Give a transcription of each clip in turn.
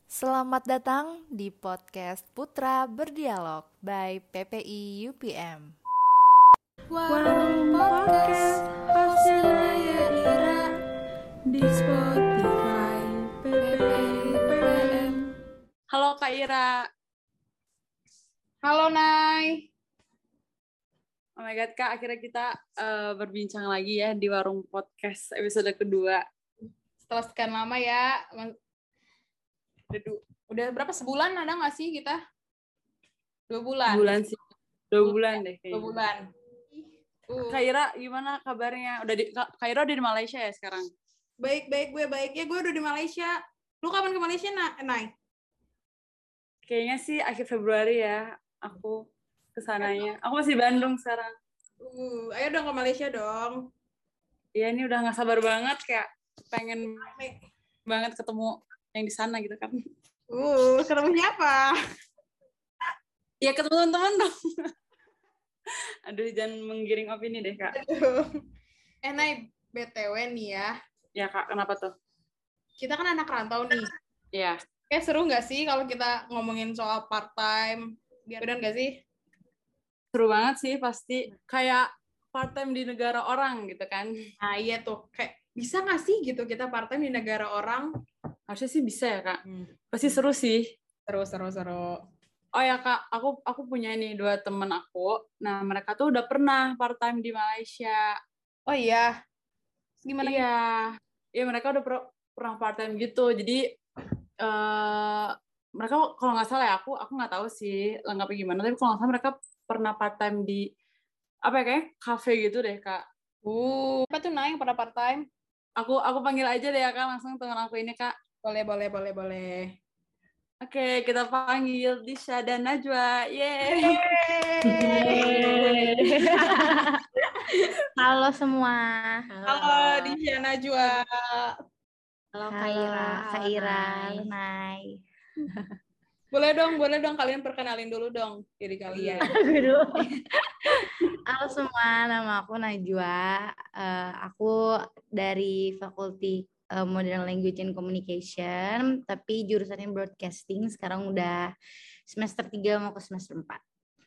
Selamat datang di podcast Putra Berdialog by PPI UPM. Warung Podcast hostnya Naya Ira di Spotify PPI UPM. Halo Kak Ira. Halo Nay. Oh my god Kak, akhirnya kita berbincang lagi ya di Warung Podcast episode kedua. Setelah sekian lama ya. Udah berapa, sebulan ada nggak sih kita? 2 bulan? 2 bulan sih. 2 bulan deh kayaknya. 2 bulan. Kak Ira gimana kabarnya? Kak Ira udah di Malaysia ya sekarang? Baik, gue baik. Ya gue udah di Malaysia. Lu kapan ke Malaysia, Nay? Kayaknya sih akhir Februari ya aku kesananya. Aku masih di Bandung sekarang. Ayo dong ke Malaysia dong. Iya, ini udah nggak sabar banget, kayak pengen banget ketemu yang di sana gitu kan. Ketemu siapa? Ya ketemu teman-teman dong. Aduh, jangan menggiring opini deh Kak. Nay, BTW nih ya. Ya Kak, kenapa tuh? Kita kan anak rantau nih. Iya. Kayak seru nggak sih kalau kita ngomongin soal part-time? Bener nggak sih? Seru banget sih, pasti. Kayak part-time di negara orang gitu kan. Nah iya tuh, kayak bisa nggak sih gitu kita part-time di negara orang? Harusnya sih bisa ya Kak. Pasti seru sih. Seru. Oh ya Kak, aku punya nih 2 temen aku. Nah, mereka tuh udah pernah part-time di Malaysia. Oh iya? Gimana? Iya. Iya, mereka udah pernah part-time gitu. Jadi, mereka kalau nggak salah ya, aku nggak tahu sih lengkapnya gimana. Tapi kalau nggak salah mereka pernah part-time di, apa ya, kayak cafe gitu deh Kak. Apa tuh yang pada part-time? Aku panggil aja deh ya Kak, langsung temen aku ini Kak. Boleh. Oke, kita panggil Disha dan Najwa. Yeay. Halo semua. Halo Disha Najwa. Halo Kak Ira, Nay. Boleh dong kalian perkenalin dulu dong diri kalian. Halo semua, nama aku Najwa. Aku dari Fakulti Modern Language and Communication, tapi jurusannya broadcasting. Sekarang udah semester 3 mau ke semester 4.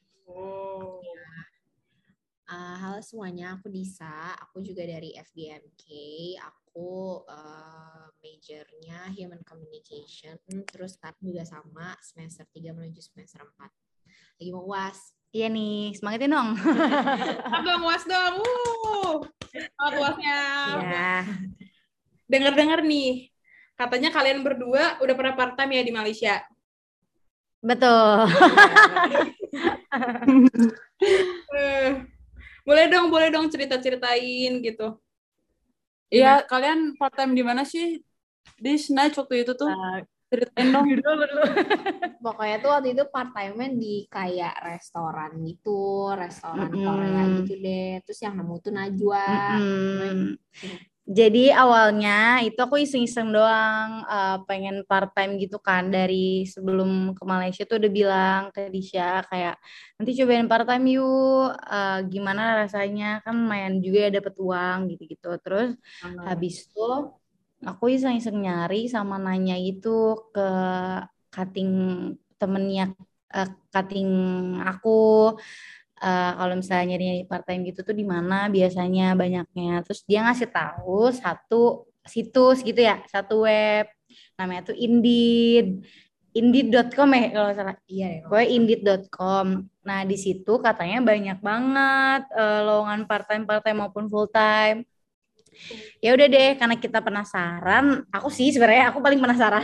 Halo semuanya, aku Disa. Aku juga dari FBMK. Aku majornya Human Communication. Terus sekarang juga sama semester 3 menuju semester 4. Lagi mau UAS. Iya nih, semangatin dong. Abang UAS dong. Selamat UASnya. Ya. Dengar-dengar nih, katanya kalian berdua udah pernah part-time ya di Malaysia. Betul. Boleh dong cerita-ceritain gitu. Iya, kalian part-time di mana sih? Di Snatch waktu itu tuh. Ceritain dong. Pokoknya tuh waktu itu part-time-nya di kayak restoran gitu, restoran Korea gitu deh. Terus yang nemu tuh Najwa. Jadi awalnya itu aku iseng-iseng doang, pengen part-time gitu kan. Dari sebelum ke Malaysia tuh udah bilang ke Disha kayak nanti cobain part-time yuk, gimana rasanya, kan lumayan juga ya dapet uang gitu-gitu. Terus habis itu aku iseng-iseng nyari sama nanya itu ke cutting temennya, cutting aku. Kalau misalnya nyari part time gitu tuh di mana biasanya banyaknya. Terus dia ngasih tahu satu situs gitu ya, satu web namanya tuh Indeed.com ya kalau salah. Iya, Pokoknya Indeed.com. Nah, di situ katanya banyak banget lowongan part time maupun full time. Ya udah deh, karena kita penasaran, aku paling penasaran.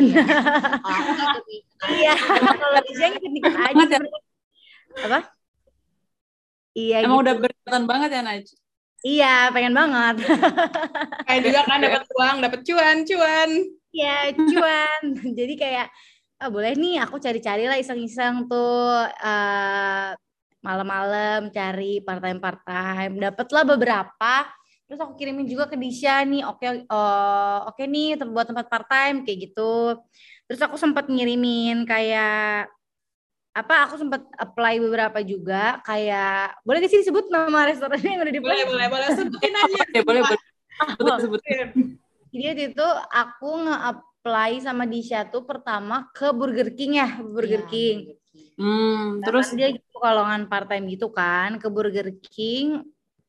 Iya, kalau dia ikut aja sebenarnya. Apa? Iya. Emang gitu. udah berkaitan banget ya Naj? Iya, pengen banget. Kayak juga kan dapat uang, dapat cuan. Iya, cuan. Jadi kayak boleh nih, aku cari-cari lah iseng-iseng tuh malam-malam cari part-time. Dapatlah beberapa. Terus aku kirimin juga ke Disha nih, oke nih buat tempat part-time kayak gitu. Terus aku sempat ngirimin kayak aku sempat apply beberapa juga, kayak boleh gak sih disebut nama restorannya yang udah di Boleh sebutin aja. Boleh. Sebutin. Jadi waktu itu aku apply sama Disha tuh pertama ke Burger King ya, Burger Iya, King. Burger King. Terus Kan dia gitu kalongan part time gitu kan ke Burger King,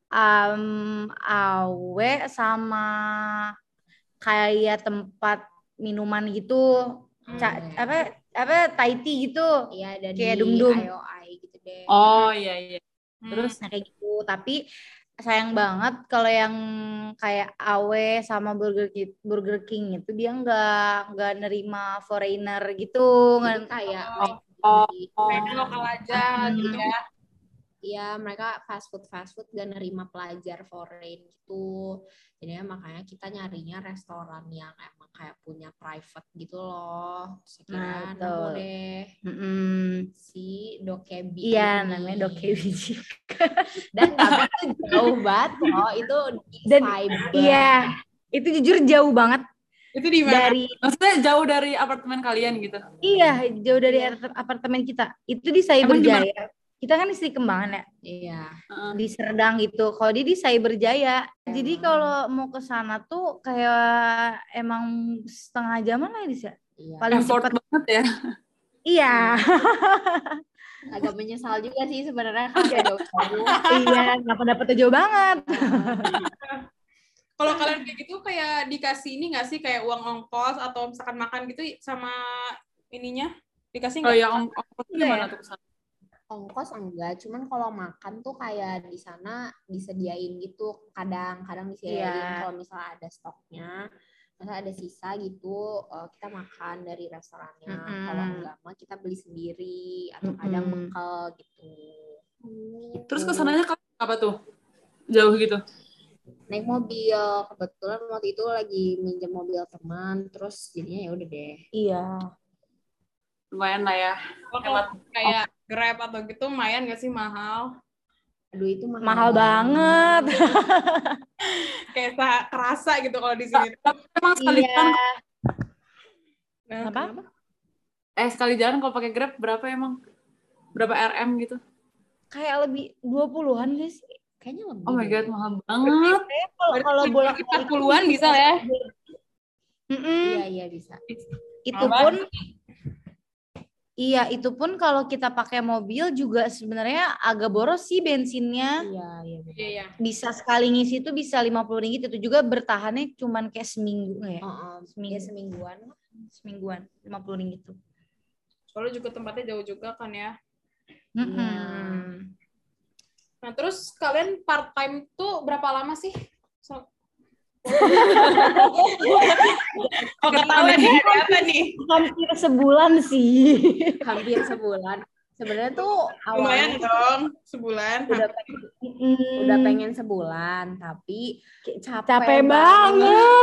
awe sama kayak tempat minuman gitu, apa Thai tea gitu, Iya, ada kayak di Dum-Dum. IOI gitu deh. oh iya. Terus Nah kayak gitu, tapi sayang banget kalau yang kayak Awe sama Burger King itu dia nggak nerima foreigner gitu, Jadi nggak kayak Kayaknya lokal aja gitu ya. Iya, mereka fast food gak nerima pelajar foreign gitu. Jadinya makanya kita nyarinya restoran yang emang kayak punya private gitu loh. Terus Nah, akhirnya nemu betul. deh si Dokebi Iya, ini. namanya Dokebi juga. Dan tapi itu jauh banget loh. Itu di Dan Cyber. iya, itu jujur jauh banget Itu di mana? dari maksudnya jauh dari apartemen kalian gitu. iya jauh dari apartemen kita. Itu di Cyberjaya. Kita kan di Kembangan ya. Iya. Di Serdang gitu. Kalau dia di Cyberjaya. Jadi kalau mau ke sana tuh kayak emang setengah jaman lah ya. Iya. Paling Effort cepat. banget ya. Iya. Agak menyesal juga sih sebenarnya kalau jauh-jauh. Iya, kenapa dapetnya jauh banget. Kalau kalian kayak gitu kayak dikasih ini nggak sih kayak uang ongkos atau misalkan makan gitu sama ininya dikasih Oh nggak? ya, ongkos gimana tuh kesana? Ongkos enggak, cuman kalau makan tuh kayak di sana disediain gitu, kadang-kadang disediain. Iya. Kalau misalnya ada stoknya, misalnya ada sisa gitu, kita makan dari restorannya. Kalau enggak mah kita beli sendiri atau kadang bekal gitu. Terus kesananya apa tuh? Jauh gitu? Naik mobil, kebetulan waktu itu lagi minjem mobil teman, terus jadinya ya udah deh. Iya. Lumayan lah ya. Kalau kayak Grab atau gitu lumayan nggak sih mahal? Aduh itu Mahal banget. Kayak kerasa gitu kalau di sini. Emang sekali Iya. jalan, Nah, Apa? sekali jalan kalau pakai Grab berapa emang? Berapa RM gitu? Kayak lebih 20-an gak sih? Kayaknya lebih. Oh my deh. god, mahal banget. Kalau bolak 40-an bisa ya? Iya bisa. Itu pun iya, itu pun kalau kita pakai mobil juga sebenarnya agak boros sih bensinnya. Iya. Iya. Bisa sekali ngisi itu bisa 50 ringgit, itu juga bertahannya cuman kayak seminggu ya. Ya semingguan. Semingguan 50 ringgit tuh. Soalnya juga tempatnya jauh juga kan ya. Nah, terus kalian part time tuh berapa lama sih? Nggak tahu nih ada apa nih? Hampir sebulan sih. Hampir sebulan. Sebenarnya tuh Lumayan awalnya dong, sebulan. udah pengen sebulan, tapi Capek banget.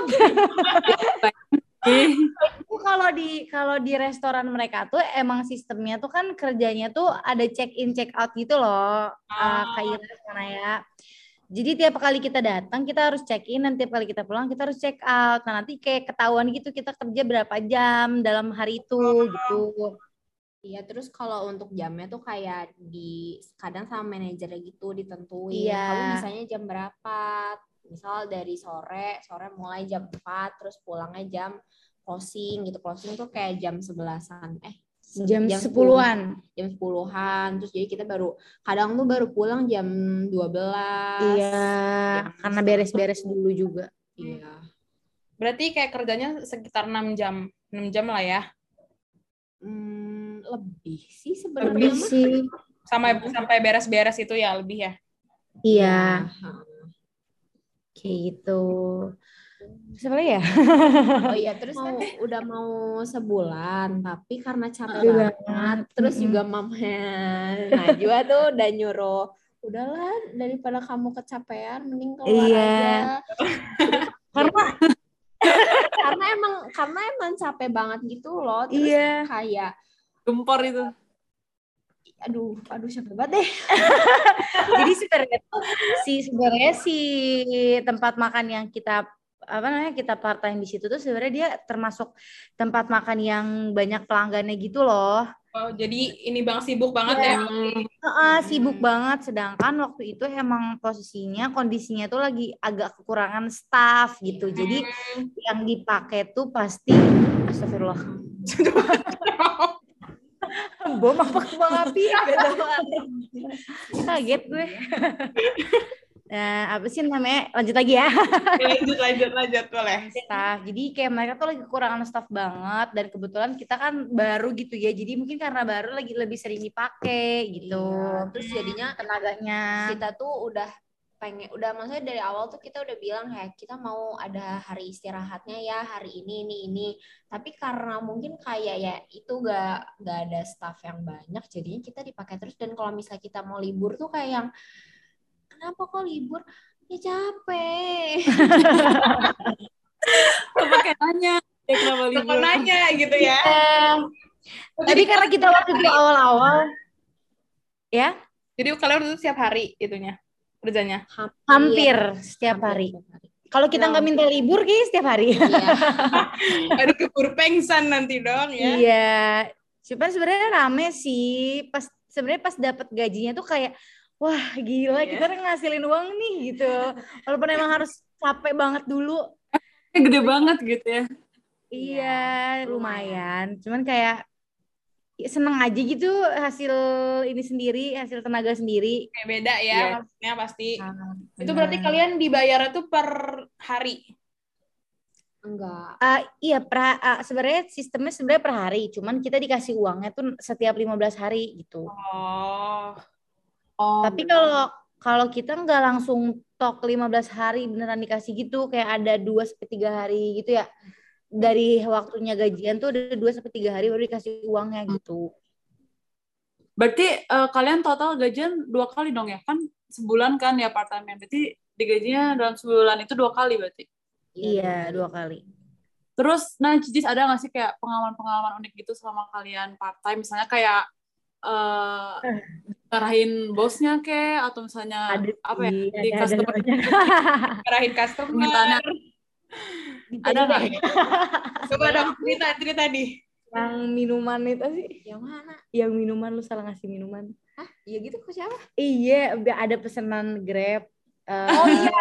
Itu kalau di restoran mereka tuh emang sistemnya tuh kan kerjanya tuh ada check in check out gitu loh. Kayak mana ya. Jadi tiap kali kita datang kita harus check in, dan tiap kali kita pulang kita harus check out. Nah nanti kayak ketahuan gitu kita kerja berapa jam dalam hari itu gitu. Iya, terus kalau untuk jamnya tuh kayak kadang sama manajernya gitu ditentuin. Iya. Kamu bisanya jam berapa? Misal dari sore mulai jam 4, terus pulangnya jam closing gitu. Closing tuh kayak jam 11-an. Jam 10-an. Jam 10-an. Terus jadi kita kadang tuh baru pulang jam 12. Iya, karena beres-beres dulu juga. Iya. Berarti kayak kerjanya sekitar 6 jam. 6 jam lah ya. Lebih sih sebenarnya. Lebih sih. Sampai beres-beres itu ya lebih ya. Iya. Kayak gitu. Siapa lagi ya? Oh iya, terus kan udah mau sebulan, tapi karena capek Aduh, banget, terus juga mamanya Najwa tuh udah nyuruh, udahlah daripada kamu kecapean, mending keluar aja. Karena emang capek banget gitu loh, terus kayak gempor itu. Aduh capek banget deh. Jadi sebenarnya si tempat makan yang kita part time di situ tuh sebenarnya dia termasuk tempat makan yang banyak pelanggannya gitu loh. Oh, jadi ini sibuk banget ya. Sibuk banget, sedangkan waktu itu emang kondisinya tuh lagi agak kekurangan staff gitu. Jadi yang dipakai tuh pasti Astagfirullah. Bom apa kembang api? Gak tahu. Kaget gue. Nah, apa sih namanya? Lanjut lagi ya. Lanjut boleh. Staff. Jadi kayak mereka tuh lagi kekurangan staff banget dan kebetulan kita kan baru gitu ya. Jadi mungkin karena baru lagi lebih sering dipakai gitu. Iya, terus jadinya Tenaganya. kita tuh udah maksudnya dari awal tuh kita udah bilang ya kita mau ada hari istirahatnya ya hari ini. Tapi karena mungkin kayak ya itu gak ada staff yang banyak jadinya kita dipakai terus dan kalau misalnya kita mau libur tuh kayak yang kenapa kok libur? Ya capek. Pakai nanya. Ya kenapa libur? Kok nanya gitu ya. Tapi karena kita waktu itu awal-awal ya. Jadi kalian udah setiap hari itunya kerjanya. Hampir setiap hari. Kalau kita nggak minta libur kayaknya setiap hari. Iya. Ada keburu pengsan nanti dong ya. Iya. Cuma sebenarnya rame sih. Sebenarnya pas dapat gajinya tuh kayak wah gila kita udah ngasilin uang nih gitu. Walaupun emang harus capek banget dulu. Gede banget gitu ya. Iya, lumayan. Cuman kayak seneng aja gitu hasil ini sendiri, hasil tenaga sendiri. Kayak beda ya maksudnya pasti. Itu Benar. berarti kalian dibayar tuh per hari. Enggak. Iya, sebenarnya sistemnya sebenarnya per hari. Cuman kita dikasih uangnya tuh setiap 15 hari gitu. Tapi kalau kita nggak langsung tok 15 hari beneran dikasih gitu, kayak ada 2-3 hari gitu ya. Dari waktunya gajian tuh ada 2-3 hari baru dikasih uangnya gitu. Berarti kalian total gajian 2 kali dong ya? Kan sebulan kan ya part time. Berarti digajinya dalam sebulan itu 2 kali berarti? Iya, 2 kali. Terus, nah Cicis ada nggak sih kayak pengalaman-pengalaman unik gitu selama kalian part time? Misalnya kayak ngarahin bosnya kayak atau misalnya di customer Ngarahin customer. permintaannya ada nggak? Coba dong cerita nih. Yang minuman itu sih? Yang mana? Yang minuman lu salah ngasih minuman. Hah? Ya gitu ke siapa? Iya, ada pesanan Grab. Oh iya.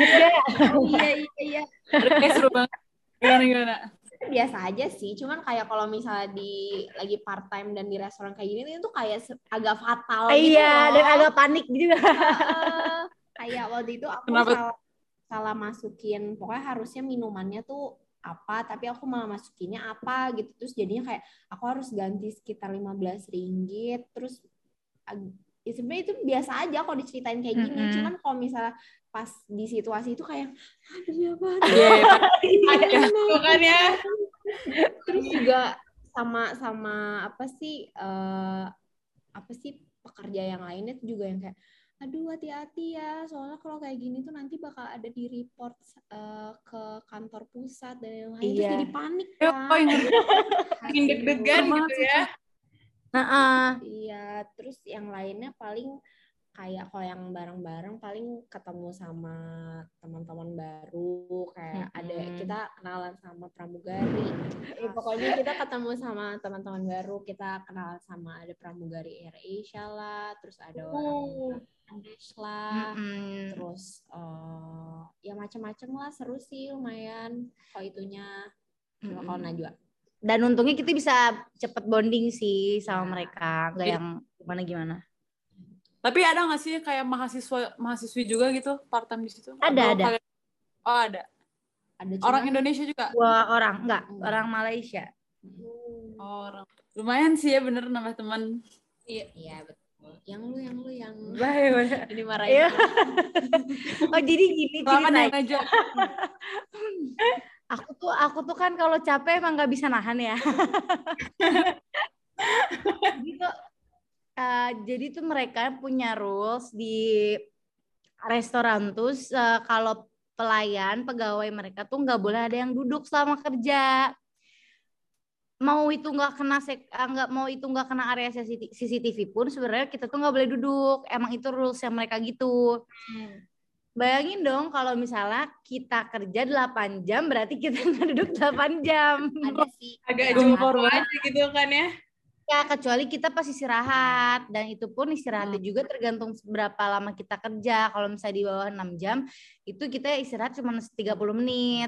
Iya. Kayak seru banget. Gimana? Biasa aja sih, cuman kayak kalau misalnya lagi part time dan di restoran kayak gini itu kayak agak fatal gitu Iya, loh. dan agak panik juga. Kayak waktu itu aku salah masukin, pokoknya harusnya minumannya tuh apa, tapi aku malah masukinnya apa gitu, terus jadinya kayak aku harus ganti sekitar 15 ringgit, terus ya sebenarnya itu biasa aja kalau diceritain kayak gini, cuman kalau misalnya pas di situasi itu kayak aduh ya Pak. Bukan ya. Terus juga sama apa sih pekerja yang lainnya tuh juga yang kayak aduh hati-hati ya soalnya kalau kayak gini tuh nanti bakal ada di report ke kantor pusat dan yang lain. Terus jadi panik kan. Bikin deg-degan gitu ya. Iya, terus yang lainnya paling kayak kalau yang bareng-bareng paling ketemu sama teman-teman baru, kayak ada kita kenalan sama pramugari. Pokoknya kita ketemu sama teman-teman baru, kita kenalan sama ada pramugari Air Asia lah, terus ada orang Andes lah, terus ya macam-macam lah, seru sih lumayan kalau itunya. Kalau Najwa. Dan untungnya kita bisa cepet bonding sih sama mereka, nggak yang gimana-gimana. Tapi ada nggak sih kayak mahasiswi juga gitu part time di situ? Ada. Oh ada. Orang Indonesia juga? 2 orang, enggak, orang Malaysia. Orang. Lumayan sih ya bener nambah teman. Iya betul. Yang lu Ini marahin. Oh jadi gini ceritanya. Aku tuh kan kalau capek emang nggak bisa nahan ya. Jadi tuh mereka punya rules di restoran tuh kalau pegawai mereka tuh nggak boleh ada yang duduk selama kerja. Mau itu nggak kena area CCTV pun sebenarnya kita tuh nggak boleh duduk. Emang itu rules yang mereka gitu. Bayangin dong kalau misalnya kita kerja 8 jam berarti kita nggak duduk 8 jam. Ada sih. Agak jumlah aja gitu kan ya. Ya, kecuali kita pas istirahat. Dan itu pun istirahatnya juga tergantung berapa lama kita kerja. Kalau misalnya di bawah 6 jam, itu kita istirahat cuma 30 menit.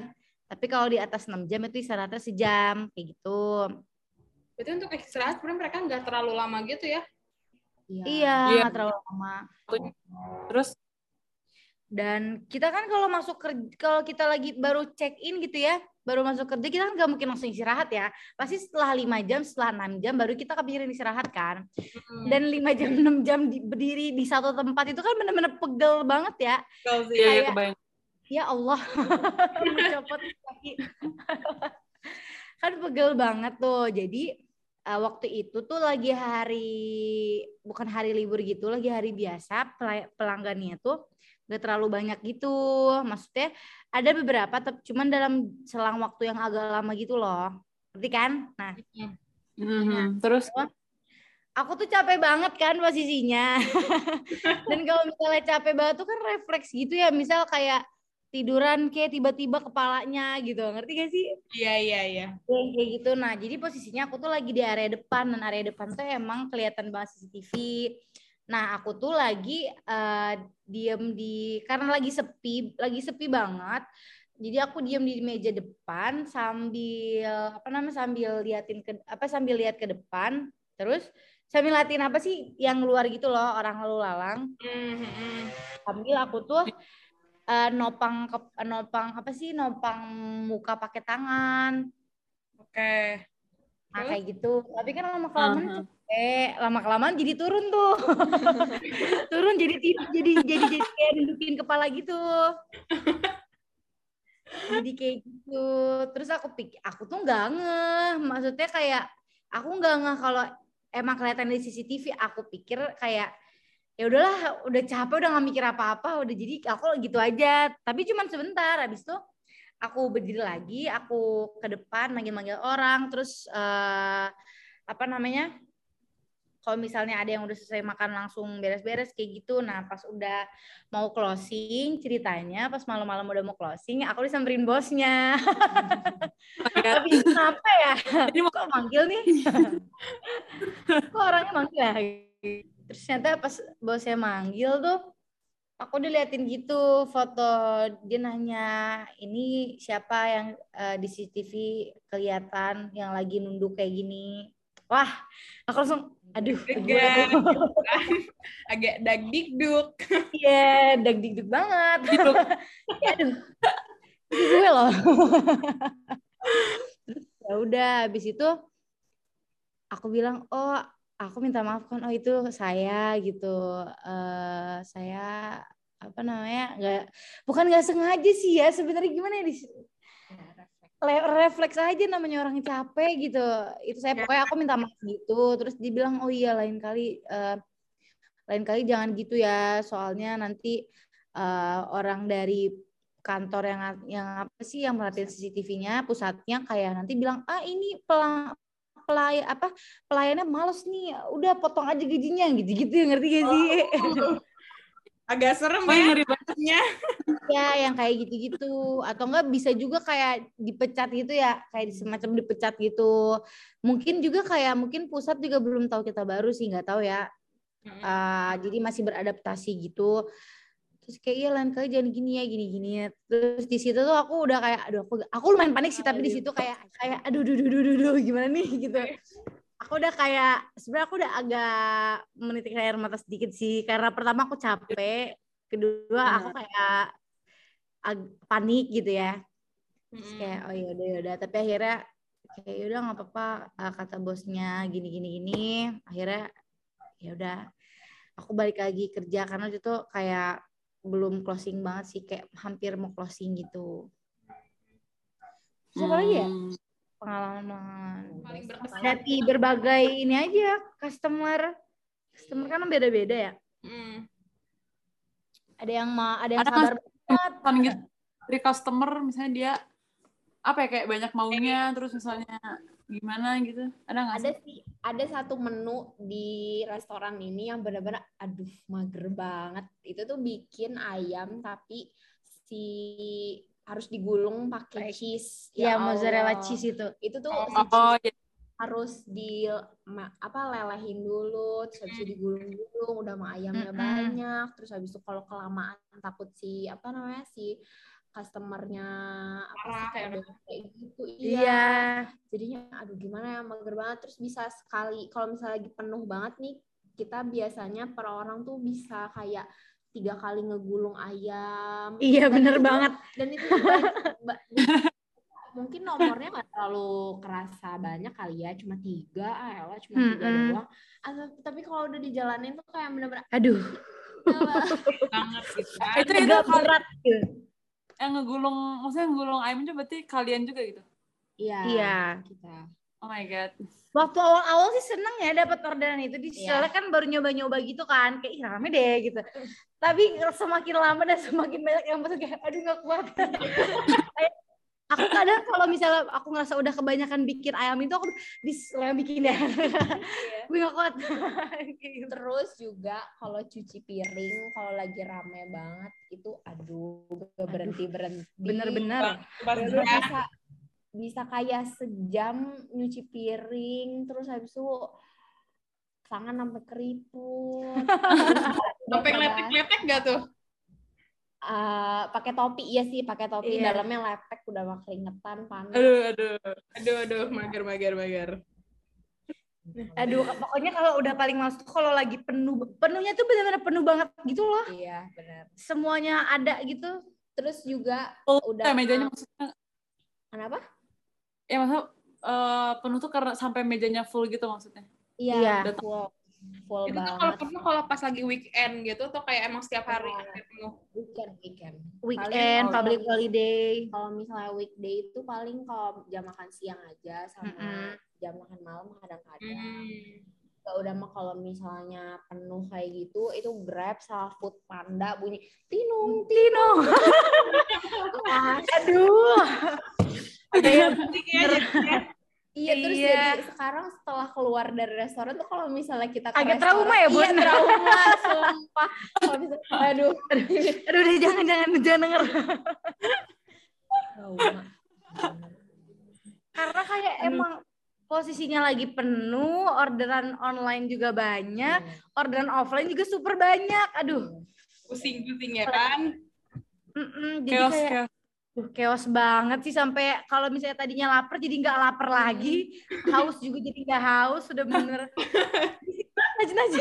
Tapi kalau di atas 6 jam itu istirahatnya sejam kayak gitu. Berarti untuk istirahat sebenarnya mereka nggak terlalu lama gitu ya? Iya, Iya. nggak terlalu lama. Terus Dan kita kan kalau masuk kerja, kalau kita lagi baru check in gitu ya, baru masuk kerja kita kan nggak mungkin langsung istirahat ya. Pasti setelah 5 jam, setelah 6 jam baru kita kepikiran istirahat kan. Dan 5 jam, 6 jam berdiri di satu tempat itu kan benar-benar pegel banget ya. Betul sih. iya Kayak- kebayang. Ya Allah, mencopot kaki. Kan pegel banget tuh. Jadi waktu itu tuh lagi bukan hari libur gitu, lagi hari biasa. Pelanggannya tuh gak terlalu banyak gitu. Maksudnya ada beberapa, cuman dalam selang waktu yang agak lama gitu loh. Ngerti kan? Nah, Terus aku tuh capek banget kan posisinya. Dan kalau misalnya capek banget tuh kan refleks gitu ya. Misal kayak tiduran kayak tiba-tiba kepalanya gitu. Ngerti gak sih? Iya. Kayak gitu. Nah, jadi posisinya aku tuh lagi di area depan. Dan area depan tuh emang kelihatan banget CCTV. Nah, aku tuh lagi diem karena lagi sepi banget. Jadi aku diem di meja depan sambil sambil lihat ke depan. Terus sambil liatin apa sih yang luar gitu loh, orang lalu lalang. Sambil aku tuh nopang muka pakai tangan. Oke. Nah, kayak gitu. Tapi kan lama-kelamaan lama-kelamaan jadi turun tuh. Turun jadi kayak nundukin kepala gitu. Jadi kayak gitu. Terus aku tuh nggak ngeh. Maksudnya kayak aku nggak ngeh kalau emang kelihatan di CCTV. Aku pikir kayak ya udahlah, udah capek, udah nggak mikir apa-apa, udah jadi aku gitu aja. Tapi cuman sebentar. Habis itu aku berdiri lagi, aku ke depan manggil-manggil orang, terus kalau misalnya ada yang udah selesai makan langsung beres-beres kayak gitu. Nah, pas udah mau closing ceritanya, pas malam-malam udah mau closing, aku disamperin bosnya. Tapi kenapa ya? Kok manggil nih? Kok orangnya manggil ya? Terus ternyata pas bosnya manggil tuh, aku diliatin gitu foto, dia nanya ini siapa yang di CCTV kelihatan yang lagi nunduk kayak gini. Wah, aku langsung aduh, agak dagdikduk. Iya, dagdikduk banget. Aduh, itu gue loh. Terus ya udah, habis itu aku bilang, oh aku minta maaf kan, oh itu saya gitu, saya bukan nggak sengaja sih ya, sebenarnya gimana ya, refleks aja, namanya orang capek gitu. Itu saya pokoknya aku minta maaf gitu. Terus dibilang, oh iya lain kali jangan gitu ya, soalnya nanti orang dari kantor yang apa sih yang merhatiin CCTV-nya pusatnya kayak nanti bilang ini pelayannya males nih, udah potong aja gajinya gitu-gitu, ngerti gak sih? Agak serem ya ngeri bangetnya. Ya yang kayak gitu-gitu, atau enggak bisa juga kayak dipecat gitu ya, kayak semacam dipecat gitu. Mungkin pusat juga belum tahu, kita baru sih nggak tahu ya. Jadi masih beradaptasi gitu. Terus kayak iya lain kali jangan gini ya, gini. Terus di situ tuh aku udah kayak aduh, aku lumayan panik sih, tapi di situ kayak aduh gimana nih gitu. Aku udah kayak sebenarnya aku udah agak menitik air mata sedikit sih, karena pertama aku capek, kedua aku kayak panik gitu ya. Terus kayak oh yaudah, tapi akhirnya kayak yaudah nggak apa-apa, kata bosnya gini. Akhirnya ya udah aku balik lagi kerja, karena itu kayak belum closing banget sih, kayak hampir mau closing gitu. Terus apa lagi ya? Pengalaman Paling berkesan. hati berbagai ini aja, customer kan beda-beda ya. Ada yang sabar banget gitu dari customer, misalnya dia apa ya, kayak banyak maunya, terus misalnya gimana gitu, ada nggak sih? Ada satu menu di restoran ini yang benar-benar aduh mager banget. Itu tuh bikin ayam tapi harus digulung pakai cheese. Ya mozzarella cheese itu tuh harus lelehin dulu, terus habis itu digulung-gulung, udah sama ayamnya banyak, terus habis itu kalau kelamaan takut si customernya apa sih Parah, kayak ya. banyak kayak gitu. Iya. Jadinya aduh gimana ya, mager banget. Terus bisa sekali kalau misalnya lagi penuh banget nih, kita biasanya per orang tuh bisa kayak 3 kali ngegulung ayam. Iya Dan bener itu- banget. Dan itu tuh mungkin nomornya nggak terlalu kerasa banyak kali ya, cuma 3, elah cuma 3 doang. Tapi kalau udah dijalanin tuh kayak bener-bener Aduh. Banget gitu kan. Itu Agak kali berat gitu. yang ngegulung, maksudnya ngegulung ayam itu berarti kalian juga gitu. Iya. kita. Oh my god. Waktu awal-awal sih seneng ya dapat orderan itu. Iya. Soalnya kan baru nyoba-nyoba gitu kan. Kayak ih rame deh gitu. Tapi semakin lama dan semakin banyak yang pesan kayak aduh gak kuat. Aku kadang kalau misalnya aku ngerasa udah kebanyakan bikin ayam itu aku yang bikin ya. Gue gak kuat. Terus juga kalau cuci piring kalau lagi rame banget itu aduh berhenti. Bener-bener. Bisa kayak sejam nyuci piring, terus habis itu tangan sampai keriput. Sampai ngeletek-ngeletek gak tuh? Pakai topi, iya sih pakai topi, Iya. dalamnya lepek udah keringetan panas. Aduh, mager. Aduh, pokoknya kalau udah paling males tuh kalau lagi penuhnya tuh benar-benar penuh banget gitu loh. Iya benar. Semuanya ada gitu. Terus juga Udah mejanya maksudnya. Kenapa? Ya maksudnya penuh tuh karena sampai mejanya full gitu maksudnya. Iya, Iya. full Itu tuh banget. kalau pas lagi weekend gitu tuh kayak emang setiap hari hampir penuh. Weekend, Paling public kalau- holiday. Kalau misalnya weekday itu paling kalau jam makan siang aja sama jam makan malam kadang-kadang. Ya udah mah kalau misalnya penuh kayak gitu itu Grab sama Food Panda bunyi tinung. Aduh. Iya terus Iya. jadi sekarang setelah keluar dari restoran tuh kalau misalnya kita ke Agak restoran, trauma ya, Bun? Iya trauma sumpah. Kalau misalnya aduh Aduh, jangan denger. trauma. Karena kayak emang posisinya lagi penuh, orderan online juga banyak, orderan offline juga super banyak. Aduh. Pusing-pusing ya kan? Jadi kayak chaos banget sih, sampai kalau misalnya tadinya lapar jadi nggak lapar lagi, haus juga jadi nggak haus, sudah bener aja.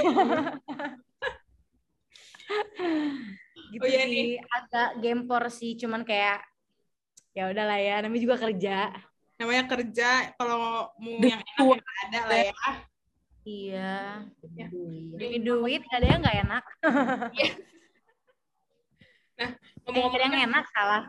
Gitu iya sih, agak gempor sih, cuman kayak ya udahlah ya, namanya juga kerja. Namanya kerja, kalau mau yang enak ya ada lah ya. Iya. Duit. Demi duit ada yang nggak enak. Ngomong-ngomong yang enak salah.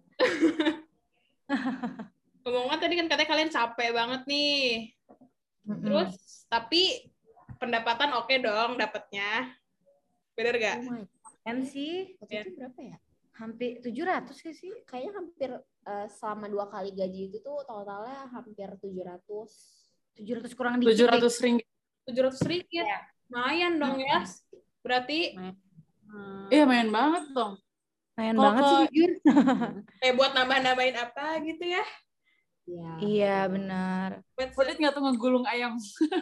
ngomong-ngomong tadi kan katanya kalian capek banget nih. Terus tapi pendapatan oke dong dapatnya. Bener gak? Kan sih Waktu itu berapa ya? hampir 700 sih. Kayaknya hampir selama 2 kali gaji itu tuh totalnya hampir 700 kurang dikit. 700 ringgit. 700 ringgit. Lumayan dong ya. Berarti Iya main banget dong. Lumayan Kalau banget sih jujur. kayak buat nambah-nambahin apa gitu ya. Iya benar. Sulit nggak tuh ngegulung ayam?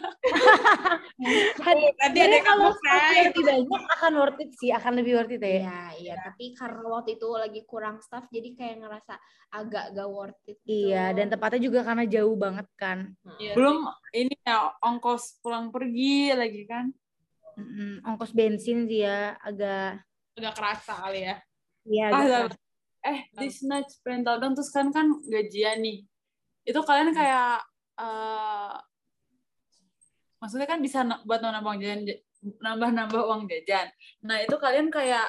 Nanti ada Kalau kamu lebih banyak akan worth it sih, akan lebih worth it ya. Iya, tapi karena waktu itu lagi kurang staff jadi kayak ngerasa agak gak worth it gitu. Iya, dan tempatnya juga karena jauh banget kan. Iya. Belum ini ya ongkos pulang pergi lagi kan? Ongkos bensin sih ya agak. Agak kerasa kali ya. Iya. This night rental dong, terus kan gajian nih. Itu kalian kayak maksudnya kan bisa buat nambah uang jajan. Nah itu kalian kayak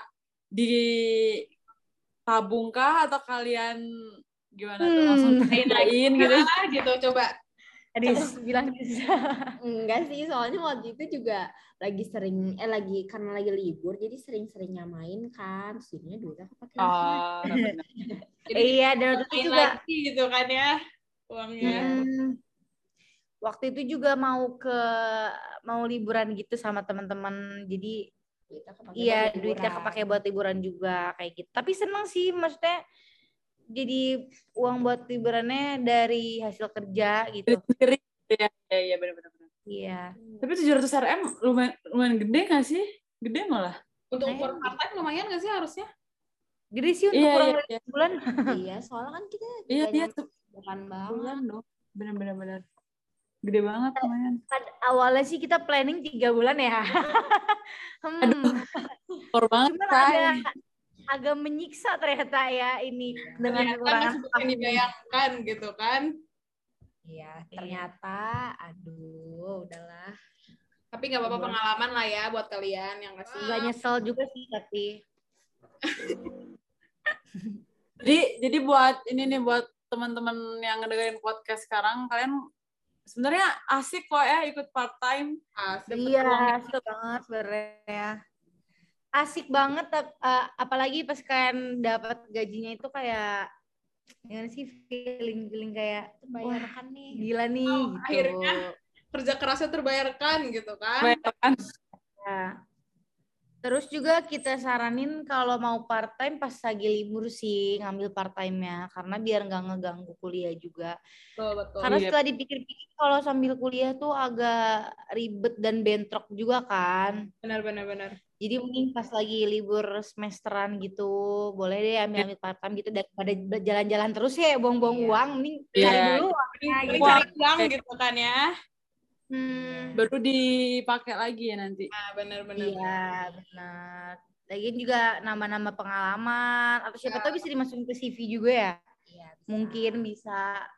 ditabung kah atau kalian gimana tuh langsung pindahin gitu? Gitu coba. Adis bilang Enggak sih, soalnya waktu itu juga lagi karena lagi libur jadi sering-seringnya main kan, jadinya duitnya kepake. Iya, dan waktu itu juga lagi gitu kan ya uangnya. Waktu itu juga mau liburan gitu sama teman-teman, jadi duitnya kepake buat liburan juga kayak gitu. Tapi seneng sih, maksudnya jadi uang buat liburannya dari hasil kerja gitu. Iya benar-benar. Iya. Tapi 700 RM lumayan gede nggak sih? Gede malah. Untuk ukuran part-time lumayan nggak sih harusnya? Gede sih untuk Iya, kurang iya, dari iya. Iya, soalnya kan kita Iya, juga iya, nyampe bukan banget. sebulan dong. Bener-bener. Gede banget lumayan. Awalnya sih kita planning 3 bulan ya. Aduh, kotor banget, Cuman Say. agak menyiksa ternyata ya ini dengan Ternyata kekurangan nggak seperti yang dibayangkan gitu kan. Iya, ternyata aduh, udahlah. Tapi nggak apa-apa, pengalaman lah ya buat kalian yang nggak sih. Gak nyesel juga sih tapi. Jadi buat ini nih, buat teman-teman yang ngedengerin podcast sekarang, kalian sebenarnya asik kok ya ikut part time. Asik. Iya, asik banget sebenarnya. Asik banget, apalagi pas kalian dapat gajinya itu kayak gimana sih, feeling kayak Terbayarkan nih. gila nih gitu. Akhirnya kerja kerasnya terbayarkan gitu kan. Bayangkan. Ya. Terus juga kita saranin kalau mau part time pas lagi libur sih ngambil part time-nya karena biar nggak ngeganggu kuliah juga. Betul. Karena Iya. setelah dipikir-pikir kalau sambil kuliah tuh agak ribet dan bentrok juga kan. Benar. Jadi mending pas lagi libur semesteran gitu, boleh deh ambil part time gitu daripada jalan-jalan terus ya buang-buang uang, mending Iya. cari dulu uangnya Mending gitu. cari uang gitu kan ya. Baru dipakai lagi ya nanti. Nah, benar. Iya, benar. Lagian juga nambah-nambah pengalaman atau siapa tahu bisa dimasukin ke CV juga ya. Iya, bisa. Mungkin bisa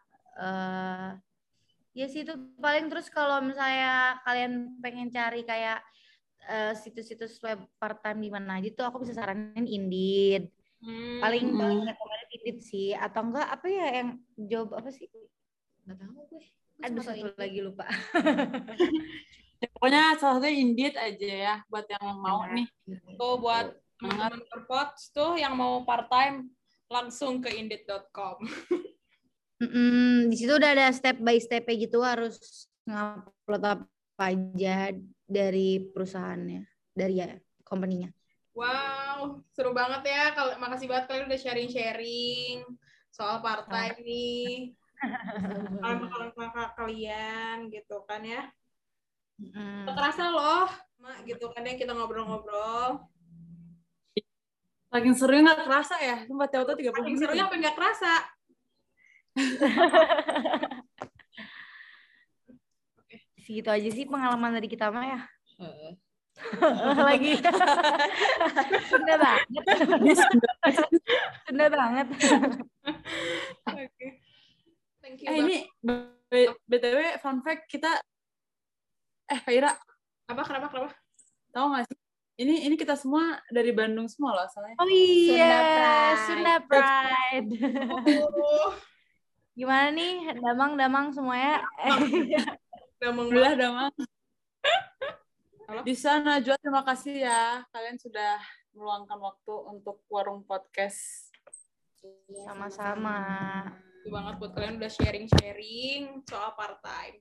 ya sih itu paling. Terus kalau misalnya kalian pengen cari kayak situs-situs web part time di mana aja tuh aku bisa saranin Indeed. Paling rekomendasi Indeed sih, atau enggak apa ya yang job apa sih? Nggak tahu gue. Aduh, satu lagi lupa. Ya, pokoknya salah satunya Indeed aja ya buat yang mau nih. Tuh buat teman-teman Perpots tuh yang mau part time langsung ke indeed.com. Di situ udah ada step by step gitu, harus ngupload apa aja dari perusahaannya, dari ya company-nya. Wow, seru banget ya. Makasih banget kalian udah sharing-sharing soal part time nih. Kakak kalian gitu kan ya. Terasa loh, Mak, gitu kan ya kita ngobrol-ngobrol. Saking serunya nggak kerasa ya, sumpah tahu-tahu 30 Saking menit. serunya apa nggak kerasa. Segitu aja sih pengalaman dari kita mah ya. Lagi. Sunda banget. Sunda banget. Oke. Thank you. Ini BTW fun fact kita Kak Ira, Kenapa? tahu nggak sih? Ini kita semua dari Bandung semua loh asalnya. Oh iya, Sunda Sunda Pride. Gimana nih, damang semuanya? Alhamdulillah damang. Disa, Najwa, terima kasih ya. Kalian sudah meluangkan waktu untuk Warung Podcast. Sama-sama. Itu banget buat kalian udah sharing-sharing soal part time.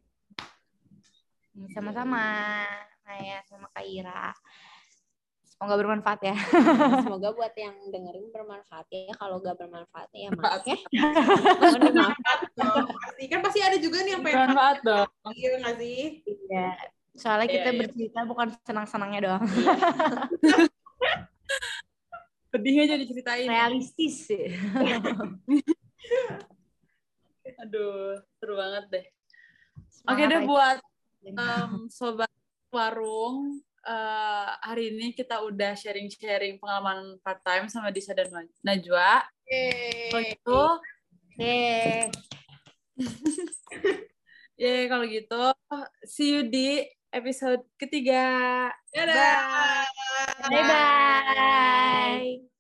Sama-sama, Naya sama Kak Ira. Semoga bermanfaat ya. Semoga buat yang dengerin bermanfaat ya. Kalau nggak bermanfaat ya Bermanfaat. maaf ya. Bermanfaat dong. Pasti ada juga nih yang pengen Bermanfaat dong. Iya nggak sih? Iya. Soalnya kita Iya. bercerita bukan senang-senangnya doang. Pedihnya jadi ceritain. Realistis sih. Aduh, seru banget deh. Semangat Oke deh aja. buat sobat warung, hari ini kita udah sharing-sharing pengalaman part time sama Disa dan Najwa. Kalau gitu, kalau gitu, see you di episode ketiga. Dadah. Bye-bye.